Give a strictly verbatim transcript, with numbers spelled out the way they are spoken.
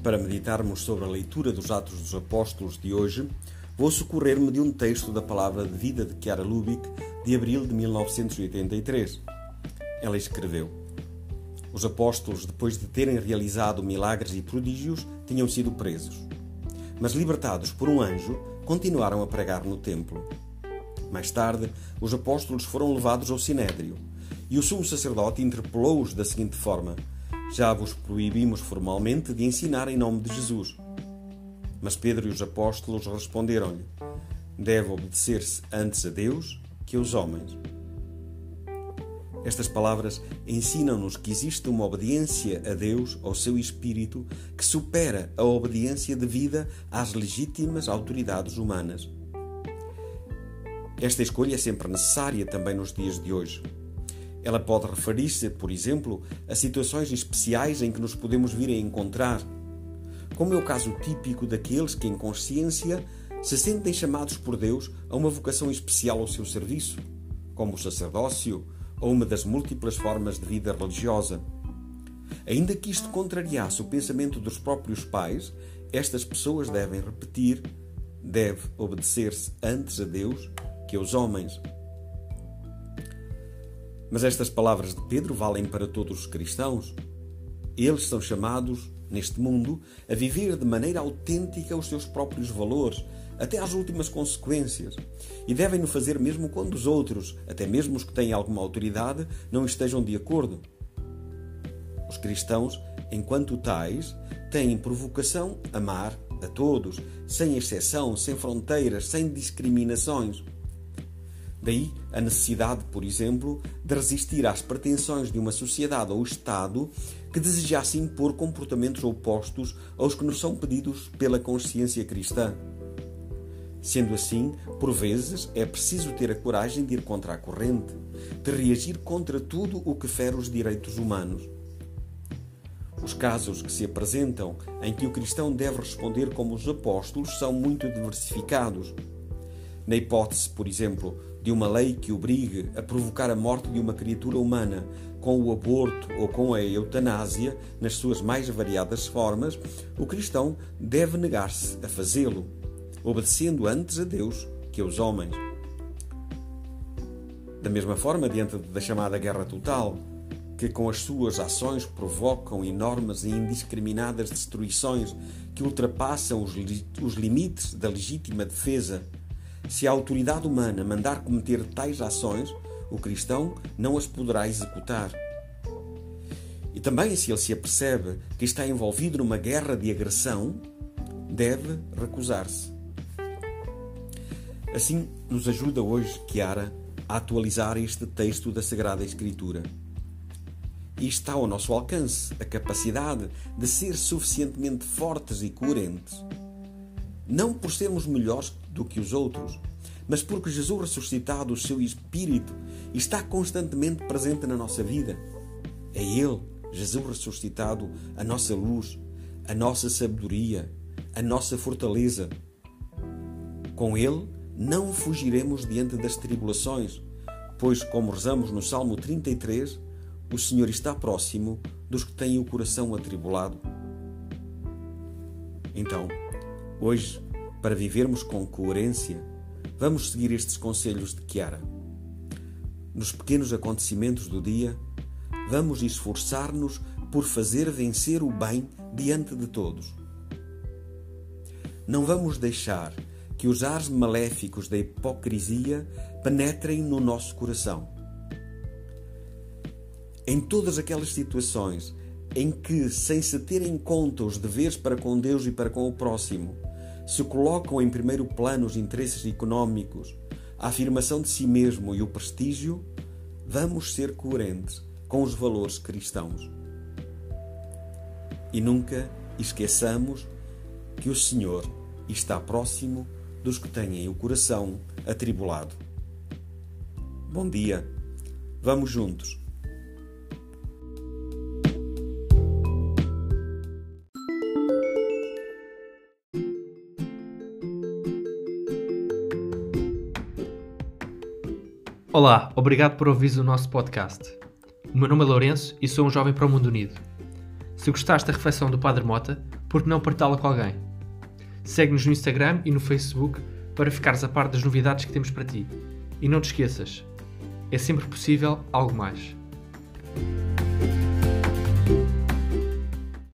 para meditarmos sobre a leitura dos Atos dos Apóstolos de hoje, vou socorrer-me de um texto da Palavra de Vida de Chiara Lubich, de abril de mil novecentos e oitenta e três. Ela escreveu: os apóstolos, depois de terem realizado milagres e prodígios, tinham sido presos. Mas, libertados por um anjo, continuaram a pregar no templo. Mais tarde, os apóstolos foram levados ao Sinédrio, e o sumo sacerdote interpelou-os da seguinte forma: já vos proibimos formalmente de ensinar em nome de Jesus. Mas Pedro e os apóstolos responderam-lhe: deve obedecer-se antes a Deus que aos homens. Estas palavras ensinam-nos que existe uma obediência a Deus, ao seu Espírito, que supera a obediência devida às legítimas autoridades humanas. Esta escolha é sempre necessária também nos dias de hoje. Ela pode referir-se, por exemplo, a situações especiais em que nos podemos vir a encontrar, como é o caso típico daqueles que, em consciência, se sentem chamados por Deus a uma vocação especial ao seu serviço, como o sacerdócio ou uma das múltiplas formas de vida religiosa. Ainda que isto contrariasse o pensamento dos próprios pais, estas pessoas devem repetir: deve obedecer-se antes a Deus que aos homens. Mas estas palavras de Pedro valem para todos os cristãos. Eles são chamados, neste mundo, a viver de maneira autêntica os seus próprios valores, até às últimas consequências, e devem-no fazer mesmo quando os outros, até mesmo os que têm alguma autoridade, não estejam de acordo. Os cristãos, enquanto tais, têm por vocação amar a todos, sem exceção, sem fronteiras, sem discriminações. Daí a necessidade, por exemplo, de resistir às pretensões de uma sociedade ou Estado que desejasse impor comportamentos opostos aos que nos são pedidos pela consciência cristã. Sendo assim, por vezes, é preciso ter a coragem de ir contra a corrente, de reagir contra tudo o que fere os direitos humanos. Os casos que se apresentam em que o cristão deve responder como os apóstolos são muito diversificados. Na hipótese, por exemplo, de uma lei que obrigue a provocar a morte de uma criatura humana com o aborto ou com a eutanásia, nas suas mais variadas formas, o cristão deve negar-se a fazê-lo, obedecendo antes a Deus que aos homens. Da mesma forma, diante da chamada guerra total, que com as suas ações provocam enormes e indiscriminadas destruições que ultrapassam os, li- os limites da legítima defesa, se a autoridade humana mandar cometer tais ações, o cristão não as poderá executar. E também, se ele se apercebe que está envolvido numa guerra de agressão, deve recusar-se. Assim, nos ajuda hoje Chiara a atualizar este texto da Sagrada Escritura. E está ao nosso alcance a capacidade de ser suficientemente fortes e coerentes. Não por sermos melhores do que os outros, mas porque Jesus ressuscitado, o seu Espírito, está constantemente presente na nossa vida. É Ele, Jesus ressuscitado, a nossa luz, a nossa sabedoria, a nossa fortaleza. Com Ele, não fugiremos diante das tribulações, pois, como rezamos no Salmo trinta e três, o Senhor está próximo dos que têm o coração atribulado. Então, hoje, para vivermos com coerência, vamos seguir estes conselhos de Chiara. Nos pequenos acontecimentos do dia, vamos esforçar-nos por fazer vencer o bem diante de todos. Não vamos deixar que os ares maléficos da hipocrisia penetrem no nosso coração. Em todas aquelas situações em que, sem se ter em conta os deveres para com Deus e para com o próximo, se colocam em primeiro plano os interesses económicos, a afirmação de si mesmo e o prestígio, vamos ser coerentes com os valores cristãos. E nunca esqueçamos que o Senhor está próximo dos que têm o coração atribulado. Bom dia. Vamos juntos. Olá, obrigado por ouvir o nosso podcast. O meu nome é Lourenço e sou um jovem para o mundo unido. Se gostaste da reflexão do Padre Mota, por que não partilhá-la com alguém? Segue-nos no Instagram e no Facebook para ficares a par das novidades que temos para ti. E não te esqueças, é sempre possível algo mais.